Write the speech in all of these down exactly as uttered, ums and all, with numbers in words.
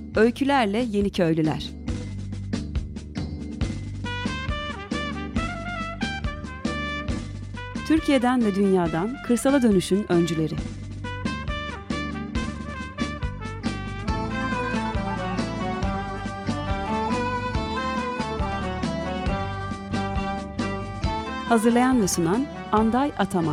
Öykülerle Yeniköylüler. Türkiye'den ve dünyadan kırsala dönüşün öncüleri. Hazırlayan ve sunan Anday Ataman.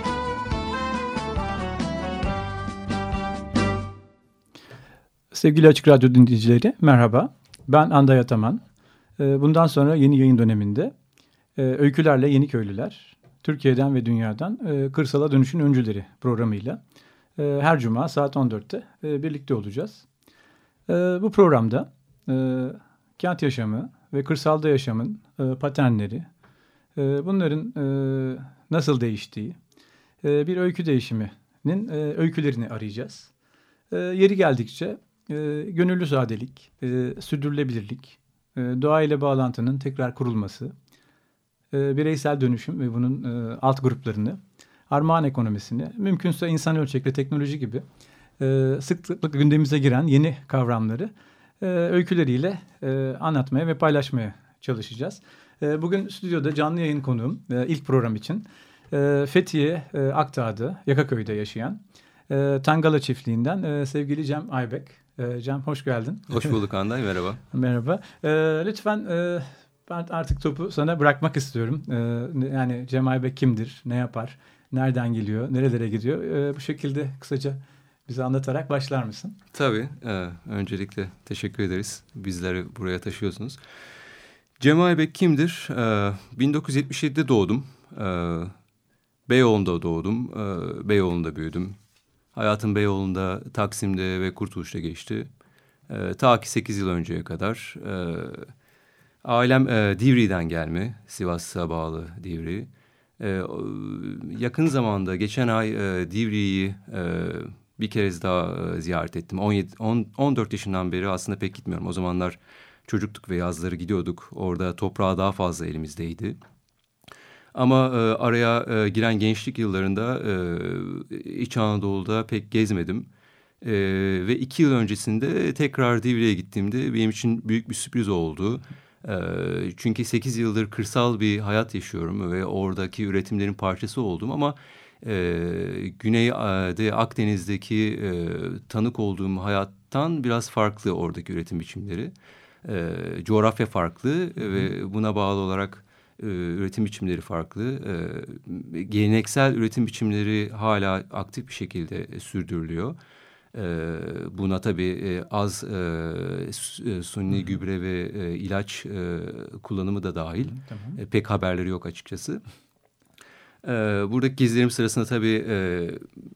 Sevgili Açık Radyo dinleyicileri, merhaba. Ben Anday Ataman. Bundan sonra yeni yayın döneminde Öykülerle Yeniköylüler, Türkiye'den ve dünyadan kırsala dönüşün öncüleri programıyla her cuma saat on dörtte birlikte olacağız. Bu programda kent yaşamı ve kırsalda yaşamın paternleri, bunların nasıl değiştiği, bir öykü değişiminin öykülerini arayacağız. Yeri geldikçe gönüllü sadelik, sürdürülebilirlik, doğayla bağlantının tekrar kurulması, bireysel dönüşüm ve bunun alt gruplarını, armağan ekonomisini, mümkünse insan ölçekli teknoloji gibi sıklıkla gündemimize giren yeni kavramları öyküleriyle anlatmaya ve paylaşmaya çalışacağız. Bugün stüdyoda canlı yayın konuğum ilk program için Fethiye Akdağ'da, Yakaköy'de yaşayan Tangala çiftliğinden sevgili Cem Aybek. Cem hoş geldin. Hoş bulduk Anday, merhaba. Merhaba. Lütfen ben artık topu sana bırakmak istiyorum. Yani Cem Aybek kimdir, ne yapar, nereden geliyor, nerelere gidiyor? Bu şekilde kısaca bize anlatarak başlar mısın? Tabii. Öncelikle teşekkür ederiz. Bizleri buraya taşıyorsunuz. Cem Aybek kimdir? bin dokuz yüz yetmiş yedide doğdum. Beyoğlu'nda doğdum. Beyoğlu'nda büyüdüm. Hayatım Beyoğlu'nda, Taksim'de ve Kurtuluş'ta geçti. Ee, ta ki sekiz yıl önceye kadar. Ee, ailem e, Divri'den gelme, Sivas'a bağlı Divri. Ee, yakın zamanda, geçen ay e, Divri'yi e, bir kez daha e, ziyaret ettim. on yedi, on, on dört yaşından beri aslında pek gitmiyorum. O zamanlar çocuktuk ve yazları gidiyorduk. Orada toprağı daha fazla elimizdeydi. Ama e, araya e, giren gençlik yıllarında e, İç Anadolu'da pek gezmedim. E, ve iki yıl öncesinde tekrar Divri'ye gittiğimde benim için büyük bir sürpriz oldu. E, çünkü sekiz yıldır kırsal bir hayat yaşıyorum ve oradaki üretimlerin parçası oldum. Ama e, Güney'de, Akdeniz'deki e, tanık olduğum hayattan biraz farklı oradaki üretim biçimleri. E, coğrafya farklı Hı-hı. ve buna bağlı olarak üretim biçimleri farklı. Ee, geleneksel üretim biçimleri hala aktif bir şekilde sürdürülüyor. Ee, buna tabii az e, suni Hı-hı. gübre ve e, ilaç e, kullanımı da dahil. Hı-hı. E, pek haberleri yok açıkçası. Ee, buradaki gezilerim sırasında tabii e,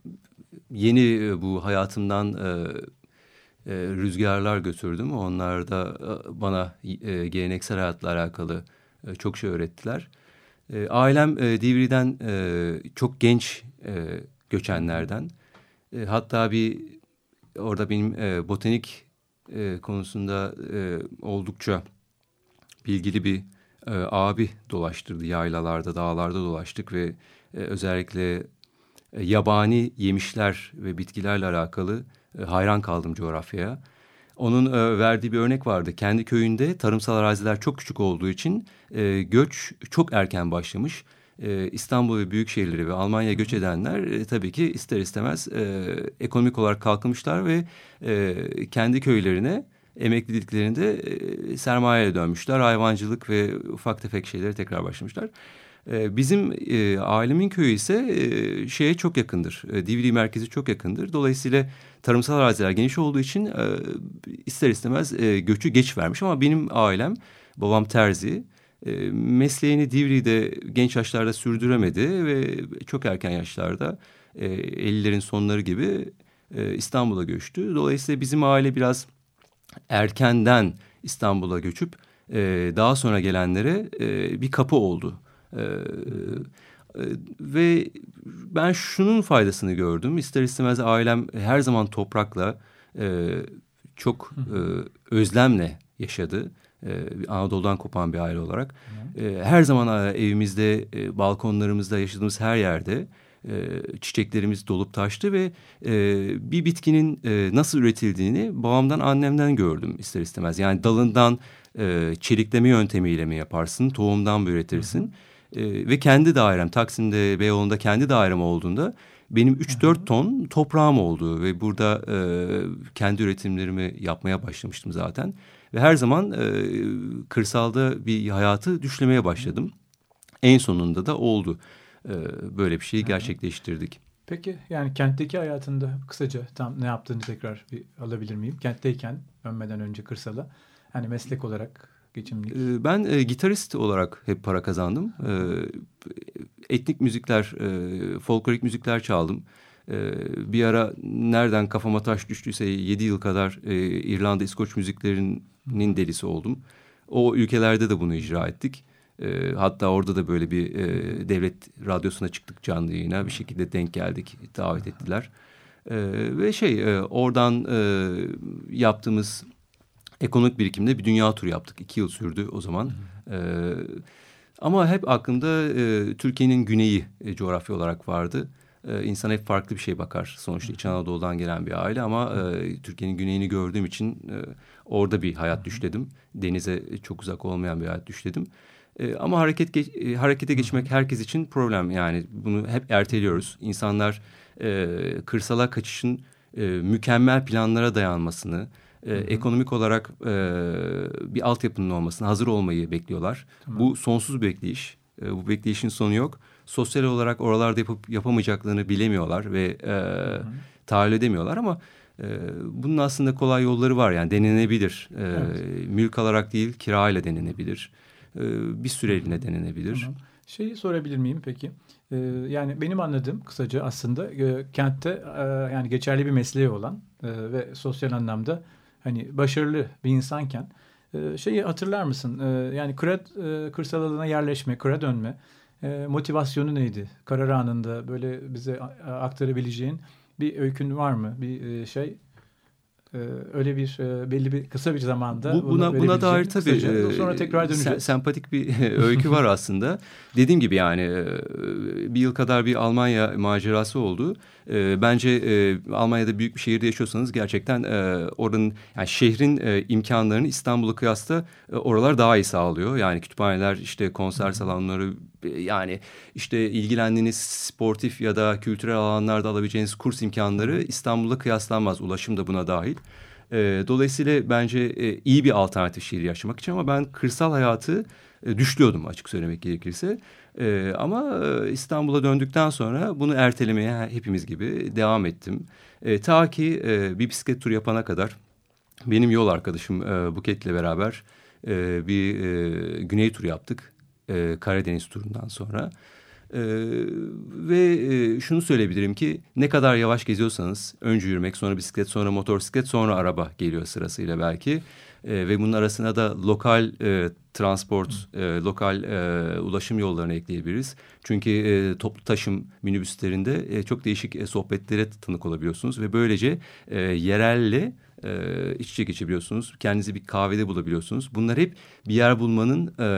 yeni bu hayatımdan e, e, rüzgarlar götürdüm. Onlar da e, bana e, geleneksel hayatla alakalı çok şey öğrettiler. E, ailem e, Divri'den e, çok genç e, göçenlerden. E, hatta bir orada benim e, botanik e, konusunda e, oldukça bilgili bir e, abi dolaştırdı. Yaylalarda, dağlarda dolaştık ve e, özellikle e, yabani yemişler ve bitkilerle alakalı e, hayran kaldım coğrafyaya. Onun e, verdiği bir örnek vardı. Kendi köyünde tarımsal araziler çok küçük olduğu için e, göç çok erken başlamış. E, İstanbul ve büyük şehirleri ve Almanya'ya göç edenler e, tabii ki ister istemez e, ekonomik olarak kalkınmışlar ve e, kendi köylerine emekliliklerinde e, sermayeye dönmüşler. Hayvancılık ve ufak tefek şeylere tekrar başlamışlar. E, bizim e, ailemin köyü ise e, şeye çok yakındır. E, Divri merkezi çok yakındır. Dolayısıyla tarımsal araziler geniş olduğu için e, ister istemez e, göçü geç vermiş. Ama benim ailem, babam terzi, e, mesleğini Divri'de genç yaşlarda sürdüremedi ve çok erken yaşlarda e, ellilerin sonları gibi e, İstanbul'a göçtü. Dolayısıyla bizim aile biraz erkenden İstanbul'a göçüp e, daha sonra gelenlere e, bir kapı oldu. E, e, ve ben şunun faydasını gördüm. İster istemez ailem her zaman toprakla e, çok e, özlemle yaşadı. E, Anadolu'dan kopan bir aile olarak. E, her zaman evimizde, e, balkonlarımızda, yaşadığımız her yerde e, çiçeklerimiz dolup taştı ve e, bir bitkinin e, nasıl üretildiğini babamdan, annemden gördüm ister istemez. Yani dalından e, çelikleme yöntemiyle mi yaparsın, tohumdan mı üretirsin? E, ve kendi dairem, Taksim'de, Beyoğlu'nda kendi dairem olduğunda benim üç dört ton toprağım oldu ve burada e, kendi üretimlerimi yapmaya başlamıştım zaten. Ve her zaman e, kırsalda bir hayatı düşlemeye başladım. En sonunda da oldu. E, böyle bir şeyi gerçekleştirdik. Peki yani kentteki hayatında kısaca tam ne yaptığını tekrar bir alabilir miyim? Kentteyken dönmeden önce kırsala, hani meslek olarak geçimlik. E, ben e, gitarist olarak hep para kazandım. E, etnik müzikler, e, folklorik müzikler çaldım. Ee, bir ara nereden kafama taş düştüyse yedi yıl kadar e, İrlanda, İskoç müziklerinin delisi oldum. O ülkelerde de bunu icra ettik. E, hatta orada da böyle bir e, devlet radyosuna çıktık, canlı yayına. Bir şekilde denk geldik, davet ettiler. E, ve şey e, oradan e, yaptığımız ekonomik birikimde bir dünya turu yaptık. İki yıl sürdü o zaman. E, ama hep aklımda e, Türkiye'nin güneyi e, coğrafya olarak vardı. Ee, insan hep farklı bir şey bakar. Sonuçta İç Anadolu'dan gelen bir aile ama e, Türkiye'nin güneyini gördüğüm için e, orada bir hayat düşledim. Denize çok uzak olmayan bir hayat düşledim. E, ama hareket geç, e, harekete geçmek herkes için problem. Yani bunu hep erteliyoruz. İnsanlar e, kırsala kaçışın e, mükemmel planlara dayanmasını, e, ekonomik olarak e, bir altyapının olmasını, hazır olmayı bekliyorlar. Tamam. Bu sonsuz bir bekleyiş. E, bu bekleyişin sonu yok. Sosyal olarak oralarda yapıp yapamayacaklarını bilemiyorlar ve e, tahayyül edemiyorlar ama e, bunun aslında kolay yolları var. Yani denenebilir. E, evet. Mülk alarak değil, kirayla denenebilir. E, bir süreliğine denenebilir. Tamam. Şeyi sorabilir miyim peki? Ee, yani benim anladığım kısaca aslında e, kentte e, yani geçerli bir mesleği olan e, ve sosyal anlamda hani başarılı bir insanken e, şeyi hatırlar mısın? E, yani kıra, e, kırsal alana yerleşme, kıra dönme e, motivasyonu neydi? Karar anında böyle bize aktarabileceğin bir öykün var mı? Bir e, şey e, öyle bir e, belli bir kısa bir zamanda Bu, buna buna dair tabii kısaca, sonra tekrar döneceğiz. Sem, sempatik bir öykü var aslında. Dediğim gibi yani bir yıl kadar bir Almanya macerası oldu. Bence Almanya'da büyük bir şehirde yaşıyorsanız gerçekten oranın yani şehrin imkanlarını İstanbul'a kıyasla oralar daha iyi sağlıyor. Yani kütüphaneler, işte konser salonları, yani işte ilgilendiğiniz sportif ya da kültürel alanlarda alabileceğiniz kurs imkanları İstanbul'la kıyaslanmaz. Ulaşım da buna dahil. E, dolayısıyla bence e, iyi bir alternatif şehir yaşamak için ama ben kırsal hayatı e, düşlüyordum açık söylemek gerekirse. E, ama e, İstanbul'a döndükten sonra bunu ertelemeye hepimiz gibi devam ettim. E, ta ki e, bir bisiklet turu yapana kadar benim yol arkadaşım e, Buket'le beraber e, bir e, güney turu yaptık. E, Karadeniz turundan sonra. Ee, ve e, şunu söyleyebilirim ki ne kadar yavaş geziyorsanız önce yürümek, sonra bisiklet, sonra motosiklet, sonra araba geliyor sırasıyla belki. E, ve bunun arasına da lokal e, transport, e, lokal e, ulaşım yollarını ekleyebiliriz. Çünkü e, toplu taşım minibüslerinde e, çok değişik e, sohbetlere tanık olabiliyorsunuz ve böylece e, yerelle e, iç içe geçebiliyorsunuz. Kendinizi bir kahvede bulabiliyorsunuz. Bunlar hep bir yer bulmanın e,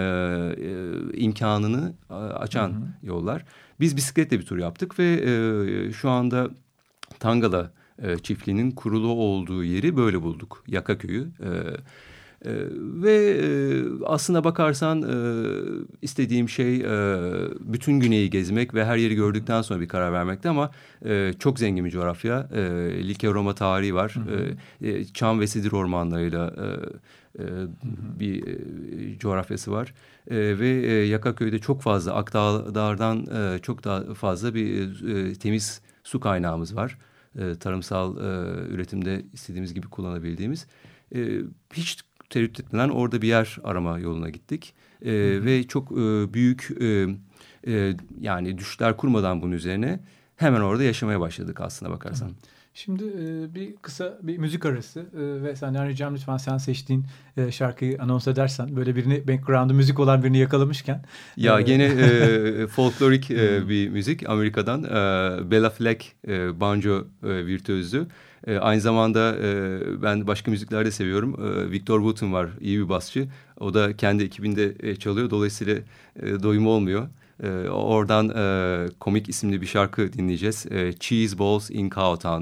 e, imkanını e, açan hı hı. yollar. Biz bisikletle bir tur yaptık ve e, şu anda Tangala e, çiftliğinin kurulu olduğu yeri böyle bulduk. Yakaköy'ü. E, e, ve e, aslına bakarsan e, istediğim şey e, bütün güneyi gezmek ve her yeri gördükten sonra bir karar vermekti ama e, çok zengin bir coğrafya. E, Likya Roma tarihi var. Hı hı. E, Çam ve Sidir ormanlarıyla e, e, hı hı. bir e, coğrafyası var. E, ve e, Yakaköy'de çok fazla Akdağlar'dan e, çok daha fazla bir e, temiz su kaynağımız var. E, tarımsal e, üretimde istediğimiz gibi kullanabildiğimiz. E, hiç tereddüt etmeden orada bir yer arama yoluna gittik. E, ve çok e, büyük e, e, yani düşler kurmadan bunun üzerine hemen orada yaşamaya başladık aslına bakarsan. Tamam. Şimdi e, bir kısa bir müzik arası e, ve senden ricam lütfen sen seçtiğin e, şarkıyı anons edersen, böyle birini, background'u müzik olan birini yakalamışken. Ya e, gene e, folklorik e, bir müzik Amerika'dan. E, Bela Fleck e, banjo e, virtüözü. E, aynı zamanda e, ben başka müzikler de seviyorum. E, Victor Wooten var, iyi bir basçı. O da kendi ekibinde e, çalıyor. Dolayısıyla e, doyum olmuyor. E, oradan e, Komik isimli bir şarkı dinleyeceğiz. E, Cheese Balls in Cowtown.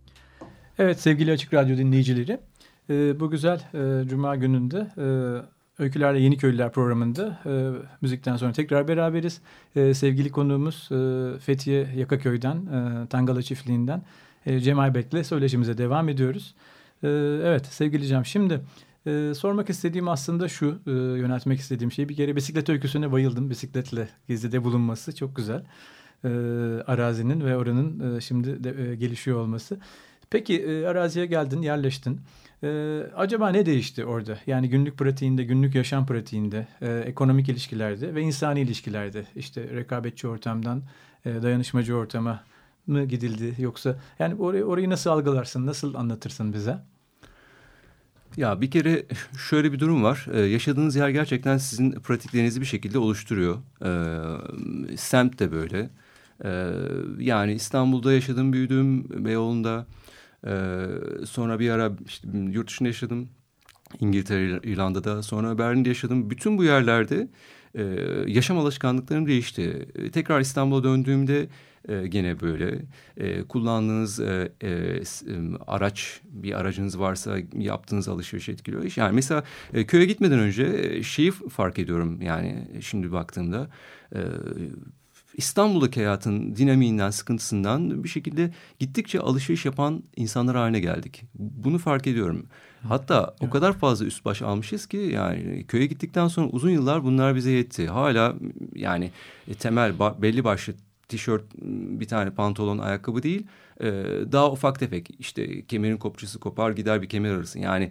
Evet sevgili Açık Radyo dinleyicileri, bu güzel Cuma gününde Öykülerle Yeni Köylüler programında e, müzikten sonra tekrar beraberiz. E, sevgili konuğumuz e, Fethiye Yakaköy'den, e, Tangala Çiftliği'nden e, Cem Aybek'le söyleşimize devam ediyoruz. E, evet sevgili Cem, şimdi e, sormak istediğim aslında şu, e, yöneltmek istediğim şey, bir kere bisiklet öyküsüne bayıldım. Bisikletle gezide bulunması çok güzel. E, arazinin ve oranın e, şimdi de, e, gelişiyor olması. Peki e, araziye geldin, yerleştin. Ee, acaba ne değişti orada? Yani günlük pratiğinde, günlük yaşam pratiğinde, e, ekonomik ilişkilerde ve insani ilişkilerde, işte rekabetçi ortamdan e, dayanışmacı ortama mı gidildi, yoksa yani orayı, orayı nasıl algılarsın, nasıl anlatırsın bize? Ya bir kere şöyle bir durum var. Ee, yaşadığınız yer gerçekten sizin pratiklerinizi bir şekilde oluşturuyor. Ee, semt de böyle. Ee, yani İstanbul'da yaşadım, büyüdüm, Beyoğlu'nda. Ee, sonra bir ara işte yurt dışında yaşadım. İngiltere, İrlanda'da, sonra Berlin'de yaşadım. Bütün bu yerlerde e, yaşam alışkanlıklarım değişti. E, tekrar İstanbul'a döndüğümde e, gene böyle. E, kullandığınız e, e, araç, bir aracınız varsa yaptığınız alışveriş etkiliyor. Yani mesela e, köye gitmeden önce e, şeyi fark ediyorum, yani şimdi baktığımda... E, İstanbul'daki hayatın dinamiğinden, sıkıntısından bir şekilde gittikçe alışveriş yapan insanlar haline geldik. Bunu fark ediyorum. Hatta evet. O kadar fazla üst baş almışız ki yani köye gittikten sonra uzun yıllar bunlar bize yetti. Hala yani temel belli başlı tişört, bir tane pantolon, ayakkabı değil. Daha ufak tefek işte kemerin kopçası kopar gider bir kemer arasın. Yani...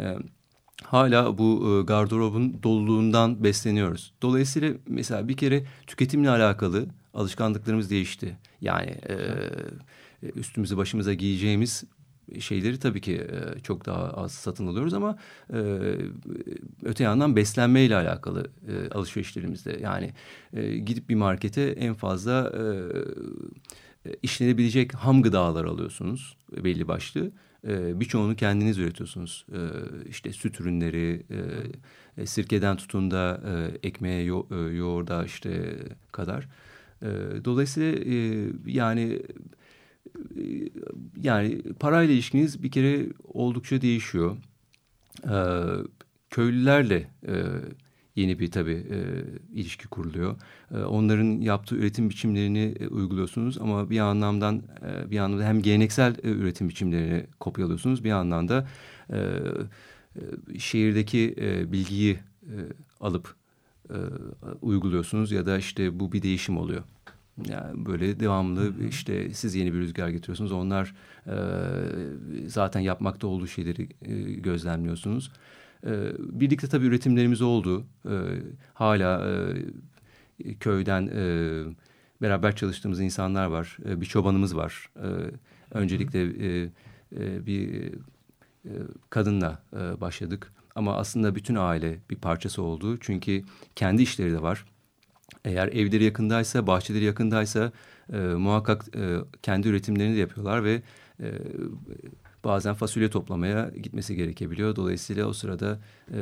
Hala bu e, gardırobun doluluğundan besleniyoruz. Dolayısıyla mesela bir kere tüketimle alakalı alışkanlıklarımız değişti. Yani e, üstümüze başımıza giyeceğimiz şeyleri tabii ki e, çok daha az satın alıyoruz ama e, öte yandan beslenmeyle alakalı e, alışverişlerimizde. Yani e, gidip bir markete en fazla e, işlenebilecek ham gıdalar alıyorsunuz belli başlı. Ee, birçoğunu kendiniz üretiyorsunuz. Ee, işte süt ürünleri, e, sirkeden tutun da e, ekmeğe, yo, e, yoğurda işte kadar. E, dolayısıyla e, yani e, yani parayla ilişkiniz bir kere oldukça değişiyor. E, köylülerle e, yeni bir tabii e, ilişki kuruluyor. E, onların yaptığı üretim biçimlerini e, uyguluyorsunuz ama bir anlamdan e, bir anlamda hem geleneksel e, üretim biçimlerini kopyalıyorsunuz, bir yandan da e, e, şehirdeki e, bilgiyi e, alıp e, uyguluyorsunuz ya da işte bu bir değişim oluyor. Yani böyle devamlı hı hı. işte siz yeni bir rüzgar getiriyorsunuz. Onlar e, zaten yapmakta olduğu şeyleri e, gözlemliyorsunuz. Ee, birlikte tabii üretimlerimiz oldu. Ee, hala e, köyden e, beraber çalıştığımız insanlar var. E, bir çobanımız var. E, öncelikle e, e, bir e, kadınla e, başladık. Ama aslında bütün aile bir parçası oldu. Çünkü kendi işleri de var. Eğer evleri yakındaysa, bahçeleri yakındaysa e, muhakkak e, kendi üretimlerini de yapıyorlar ve... E, bazen fasulye toplamaya gitmesi gerekebiliyor. Dolayısıyla o sırada e,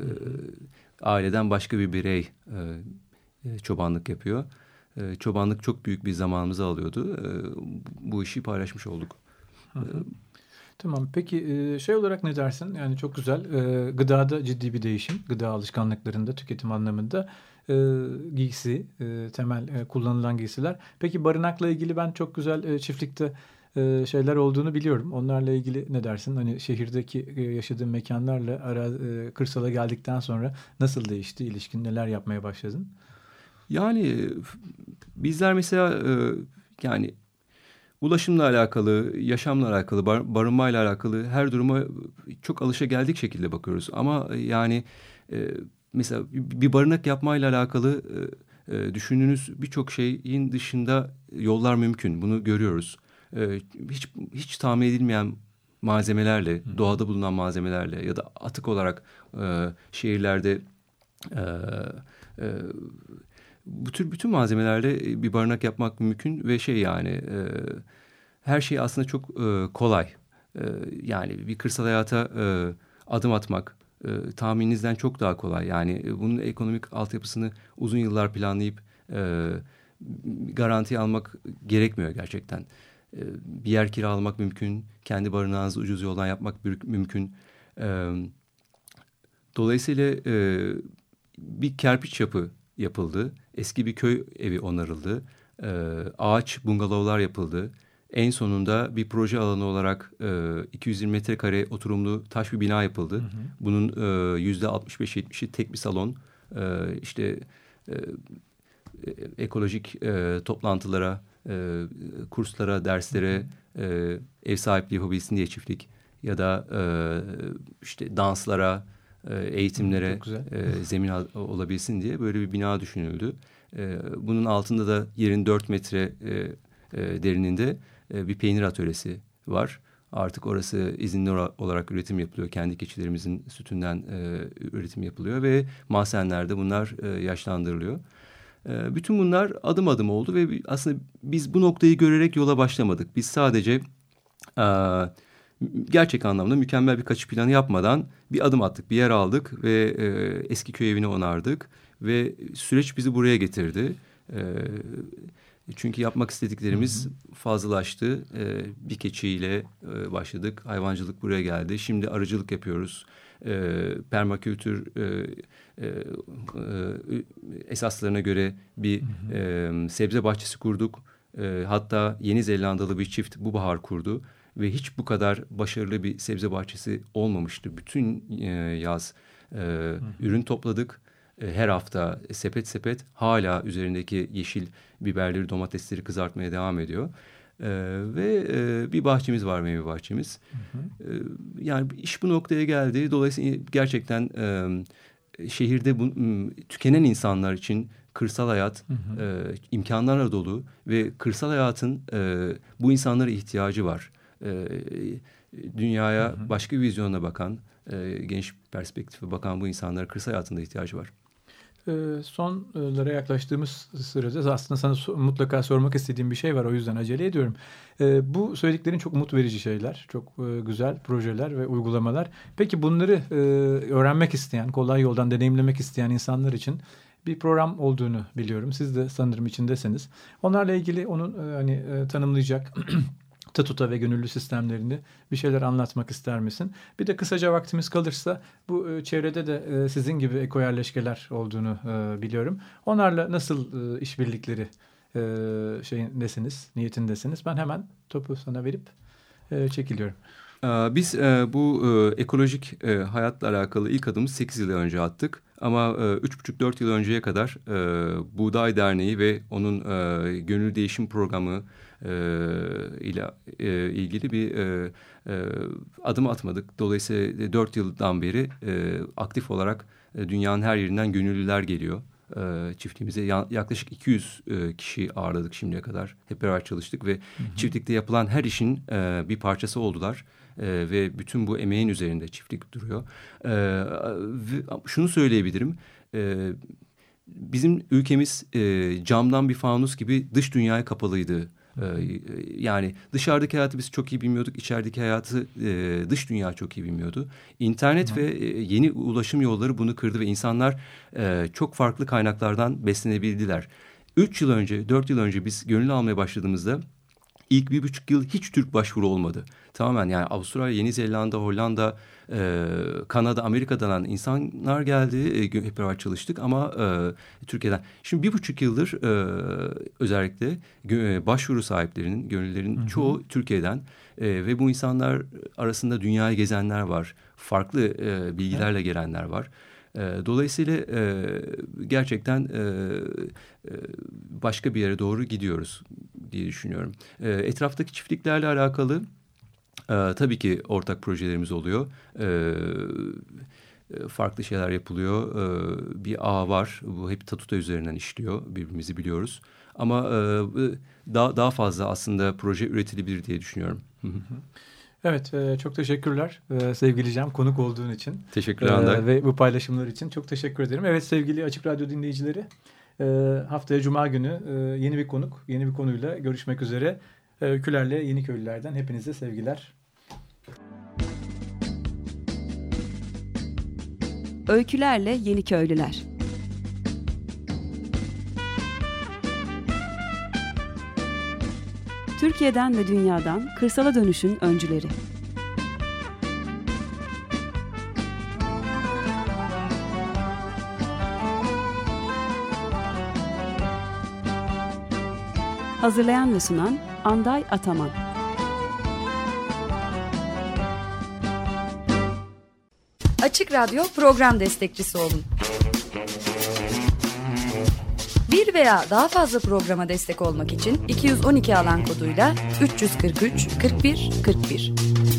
aileden başka bir birey e, çobanlık yapıyor. E, çobanlık çok büyük bir zamanımızı alıyordu. E, bu işi paylaşmış olduk. Hı hı. Tamam. Peki şey olarak ne dersin? Yani çok güzel. E, gıdada ciddi bir değişim. Gıda alışkanlıklarında, tüketim anlamında. E, giysi, e, temel e, kullanılan giysiler. Peki barınakla ilgili ben çok güzel e, çiftlikte e, şeyler olduğunu biliyorum. Onlarla ilgili ne dersin? Hani şehirdeki e, yaşadığın mekanlarla ara, e, kırsala geldikten sonra nasıl değişti ilişkin? Neler yapmaya başladın? Yani bizler mesela e, yani ulaşımla alakalı, yaşamla alakalı, bar, barınmayla alakalı her duruma çok alışageldik şekilde bakıyoruz. Ama yani e, mesela bir barınak yapmayla alakalı e, e, düşündüğünüz birçok şeyin dışında yollar mümkün. Bunu görüyoruz. E, hiç hiç tahmin edilmeyen malzemelerle, Hı. doğada bulunan malzemelerle ya da atık olarak e, şehirlerde e, e, bu tür bütün malzemelerle bir barınak yapmak mümkün ve şey yani e, her şey aslında çok e, kolay. E, yani bir kırsal hayata e, adım atmak e, tahmininizden çok daha kolay. Yani e, bunun ekonomik altyapısını uzun yıllar planlayıp e, garanti almak gerekmiyor gerçekten. E, bir yer kiralamak mümkün. Kendi barınağınızı ucuz yoldan yapmak mümkün. E, Dolayısıyla e, bir kerpiç yapı yapıldı. Eski bir köy evi onarıldı. E, ağaç bungalovlar yapıldı. En sonunda bir proje alanı olarak e, iki yüz yirmi metrekare oturumlu taş bir bina yapıldı. Hı hı. Bunun e, yüzde altmış beş yetmişi tek bir salon. E, işte e, ekolojik e, toplantılara, e, kurslara, derslere e, ev sahipliği yapabilsin diye çiftlik ya da e, işte danslara, e, eğitimlere e, zemin olabilsin diye böyle bir bina düşünüldü. E, bunun altında da yerin dört metre e, e, derinliğinde e, bir peynir atölyesi var. Artık orası izinli olarak üretim yapılıyor. Kendi keçilerimizin sütünden e, üretim yapılıyor ve mahzenlerde bunlar e, yaşlandırılıyor. E, bütün bunlar adım adım oldu ve aslında biz bu noktayı görerek yola başlamadık. Biz sadece e, gerçek anlamda mükemmel bir kaçış planı yapmadan bir adım attık, bir yer aldık ve e, eski köy evini onardık ve süreç bizi buraya getirdi. E, Çünkü yapmak istediklerimiz hı hı. fazlalaştı. Ee, bir keçiyle e, başladık. Hayvancılık buraya geldi. Şimdi arıcılık yapıyoruz. Ee, permakültür e, e, e, esaslarına göre bir hı hı. E, sebze bahçesi kurduk. E, hatta Yeni Zelandalı bir çift bu bahar kurdu. Ve hiç bu kadar başarılı bir sebze bahçesi olmamıştı. Bütün e, yaz e, hı hı. ürün topladık. Her hafta sepet sepet hala üzerindeki yeşil biberleri, domatesleri kızartmaya devam ediyor. Ee, ve e, bir bahçemiz var, meyve bahçemiz. Hı hı. Ee, yani iş bu noktaya geldi. Dolayısıyla gerçekten e, şehirde bu, tükenen insanlar için kırsal hayat hı hı. E, imkanlarla dolu ve kırsal hayatın e, bu insanlara ihtiyacı var. E, dünyaya hı hı. başka bir vizyonla bakan, e, geniş perspektife bakan bu insanlara kırsal hayatında ihtiyacı var. Sonlara yaklaştığımız sırada aslında sana so- mutlaka sormak istediğim bir şey var. O yüzden acele ediyorum. E, bu söylediklerin çok umut verici şeyler. Çok e, güzel projeler ve uygulamalar. Peki bunları e, öğrenmek isteyen, kolay yoldan deneyimlemek isteyen insanlar için bir program olduğunu biliyorum. Siz de sanırım içindesiniz. Onlarla ilgili onun e, hani e, tanımlayacak... Statuta ve gönüllü sistemlerini bir şeyler anlatmak ister misin? Bir de kısaca vaktimiz kalırsa bu e, çevrede de e, sizin gibi ekoyerleşkeler olduğunu e, biliyorum. Onlarla nasıl e, işbirlikleri e, şeyindesiniz, niyetindesiniz? Ben hemen topu sana verip e, çekiliyorum. Biz e, bu e, ekolojik e, hayatla alakalı ilk adımımızı sekiz yıl önce attık. Ama üç buçuk dört yıl önceye kadar e, Buğday Derneği ve onun e, gönüllü değişim programı e, ile e, ilgili bir e, e, adım atmadık. Dolayısıyla dört yıldan beri e, aktif olarak e, dünyanın her yerinden gönüllüler geliyor. E, çiftliğimize yaklaşık iki yüz e, kişi ağırladık şimdiye kadar. Hep beraber çalıştık ve hı hı. çiftlikte yapılan her işin e, bir parçası oldular. Ee, ve bütün bu emeğin üzerinde çiftlik duruyor. Ee, ve şunu söyleyebilirim. Ee, bizim ülkemiz e, camdan bir fanus gibi dış dünyaya kapalıydı. Ee, yani dışarıdaki hayatı biz çok iyi bilmiyorduk. İçerideki hayatı e, dış dünya çok iyi bilmiyordu. İnternet Hı. ve e, yeni ulaşım yolları bunu kırdı ve insanlar e, çok farklı kaynaklardan beslenebildiler. Üç yıl önce, dört yıl önce biz gönüllü almaya başladığımızda İlk bir buçuk yıl hiç Türk başvuru olmadı. Tamamen yani Avustralya, Yeni Zelanda, Hollanda, e, Kanada, Amerika'dan insanlar geldi. E, hep beraber çalıştık ama e, Türkiye'den. Şimdi bir buçuk yıldır e, özellikle e, başvuru sahiplerinin, gönüllülerin hı hı. çoğu Türkiye'den. E, ve bu insanlar arasında dünyayı gezenler var. Farklı e, bilgilerle evet. gelenler var. Dolayısıyla e, gerçekten e, e, başka bir yere doğru gidiyoruz diye düşünüyorum. E, etraftaki çiftliklerle alakalı e, tabii ki ortak projelerimiz oluyor. E, farklı şeyler yapılıyor. E, bir ağ var. Bu hep Tatuta üzerinden işliyor. Birbirimizi biliyoruz. Ama e, daha, daha fazla aslında proje üretilebilir diye düşünüyorum. Hı hı. Evet, e, çok teşekkürler e, sevgili Cem konuk olduğun için. Teşekkürler Anday. E, ve bu paylaşımlar için çok teşekkür ederim. Evet sevgili Açık Radyo dinleyicileri, e, haftaya Cuma günü e, yeni bir konuk, yeni bir konuyla görüşmek üzere. E, Öykülerle Yeniköylülerden hepinize sevgiler. Öykülerle Yeniköylüler. Türkiye'den ve dünyadan kırsala dönüşün öncüleri. Hazırlayan ve sunan Anday Ataman. Açık Radyo program destekçisi olun. Bir veya daha fazla programa destek olmak için iki yüz on iki alan koduyla üç yüz kırk üç kırk bir kırk bir.